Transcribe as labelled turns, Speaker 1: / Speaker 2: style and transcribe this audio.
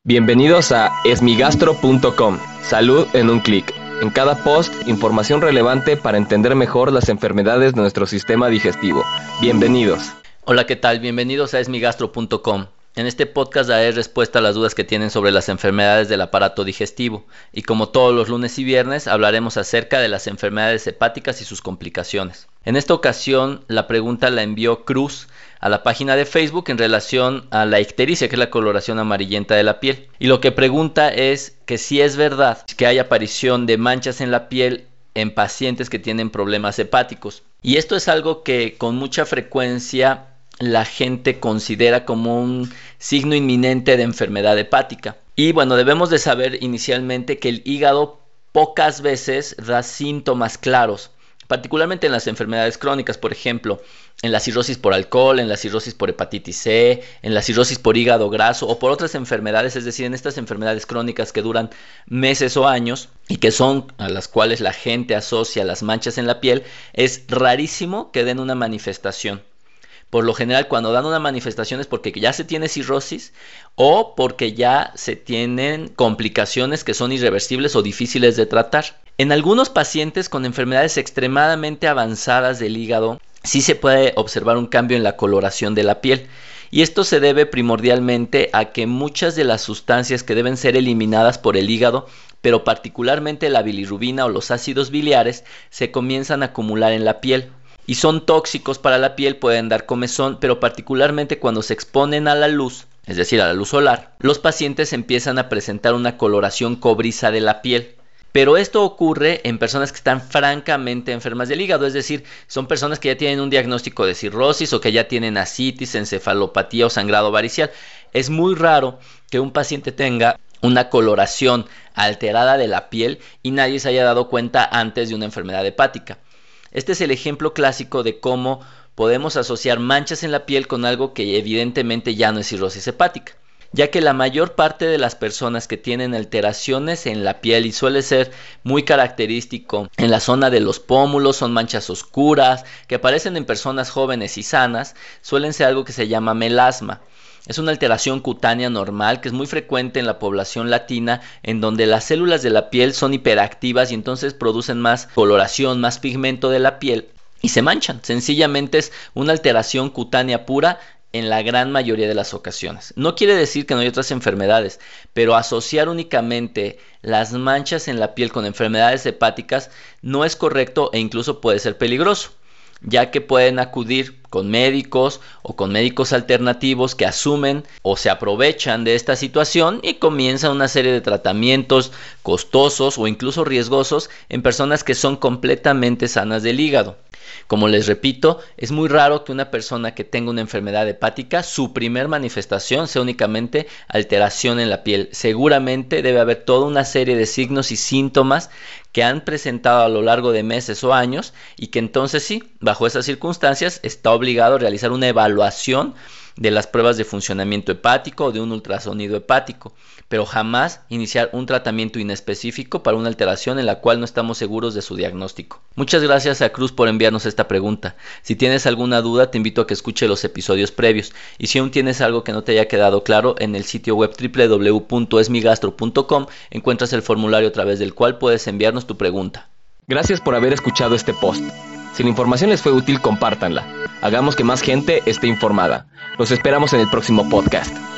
Speaker 1: Bienvenidos a esmigastro.com. Salud en un clic. En cada post, información relevante para entender mejor las enfermedades de nuestro sistema digestivo. Bienvenidos.
Speaker 2: Hola, ¿qué tal? Bienvenidos a esmigastro.com. En este podcast daré respuesta a las dudas que tienen sobre las enfermedades del aparato digestivo. Y como todos los lunes y viernes, hablaremos acerca de las enfermedades hepáticas y sus complicaciones. En esta ocasión, la pregunta la envió Cruz a la página de Facebook en relación a la ictericia, que es la coloración amarillenta de la piel. Y lo que pregunta es que si es verdad que hay aparición de manchas en la piel en pacientes que tienen problemas hepáticos. Y esto es algo que con mucha frecuencia la gente considera como un signo inminente de enfermedad hepática. Y bueno, debemos de saber inicialmente que el hígado pocas veces da síntomas claros, particularmente en las enfermedades crónicas, por ejemplo, en la cirrosis por alcohol, en la cirrosis por hepatitis C, en la cirrosis por hígado graso o por otras enfermedades, es decir, en estas enfermedades crónicas que duran meses o años y que son a las cuales la gente asocia las manchas en la piel, es rarísimo que den una manifestación. Por lo general, cuando dan una manifestación es porque ya se tiene cirrosis o porque ya se tienen complicaciones que son irreversibles o difíciles de tratar. En algunos pacientes con enfermedades extremadamente avanzadas del hígado, sí se puede observar un cambio en la coloración de la piel. Y esto se debe primordialmente a que muchas de las sustancias que deben ser eliminadas por el hígado, pero particularmente la bilirrubina o los ácidos biliares, se comienzan a acumular en la piel. Y son tóxicos para la piel, pueden dar comezón, pero particularmente cuando se exponen a la luz, es decir, a la luz solar, los pacientes empiezan a presentar una coloración cobriza de la piel. Pero esto ocurre en personas que están francamente enfermas del hígado, es decir, son personas que ya tienen un diagnóstico de cirrosis o que ya tienen ascitis, encefalopatía o sangrado varicial. Es muy raro que un paciente tenga una coloración alterada de la piel y nadie se haya dado cuenta antes de una enfermedad hepática. Este es el ejemplo clásico de cómo podemos asociar manchas en la piel con algo que evidentemente ya no es cirrosis hepática, ya que la mayor parte de las personas que tienen alteraciones en la piel, y suele ser muy característico en la zona de los pómulos, son manchas oscuras que aparecen en personas jóvenes y sanas, suelen ser algo que se llama melasma. Es una alteración cutánea normal que es muy frecuente en la población latina, en donde las células de la piel son hiperactivas y entonces producen más coloración, más pigmento de la piel y se manchan. Sencillamente es una alteración cutánea pura en la gran mayoría de las ocasiones. No quiere decir que no hay otras enfermedades, pero asociar únicamente las manchas en la piel con enfermedades hepáticas no es correcto e incluso puede ser peligroso, ya que pueden acudir con médicos o con médicos alternativos que asumen o se aprovechan de esta situación y comienzan una serie de tratamientos costosos o incluso riesgosos en personas que son completamente sanas del hígado. Como les repito, es muy raro que una persona que tenga una enfermedad hepática, su primer manifestación sea únicamente alteración en la piel. Seguramente debe haber toda una serie de signos y síntomas que han presentado a lo largo de meses o años y que entonces sí, bajo esas circunstancias, está obligado a realizar una evaluación de las pruebas de funcionamiento hepático o de un ultrasonido hepático, pero jamás iniciar un tratamiento inespecífico para una alteración en la cual no estamos seguros de su diagnóstico. Muchas gracias a Cruz por enviarnos esta pregunta. Si tienes alguna duda, te invito a que escuche los episodios previos, y si aún tienes algo que no te haya quedado claro, en el sitio web www.esmigastro.com encuentras el formulario a través del cual puedes enviarnos tu pregunta.
Speaker 1: Gracias por haber escuchado este post. Si la información les fue útil, compártanla. Hagamos que más gente esté informada. Los esperamos en el próximo podcast.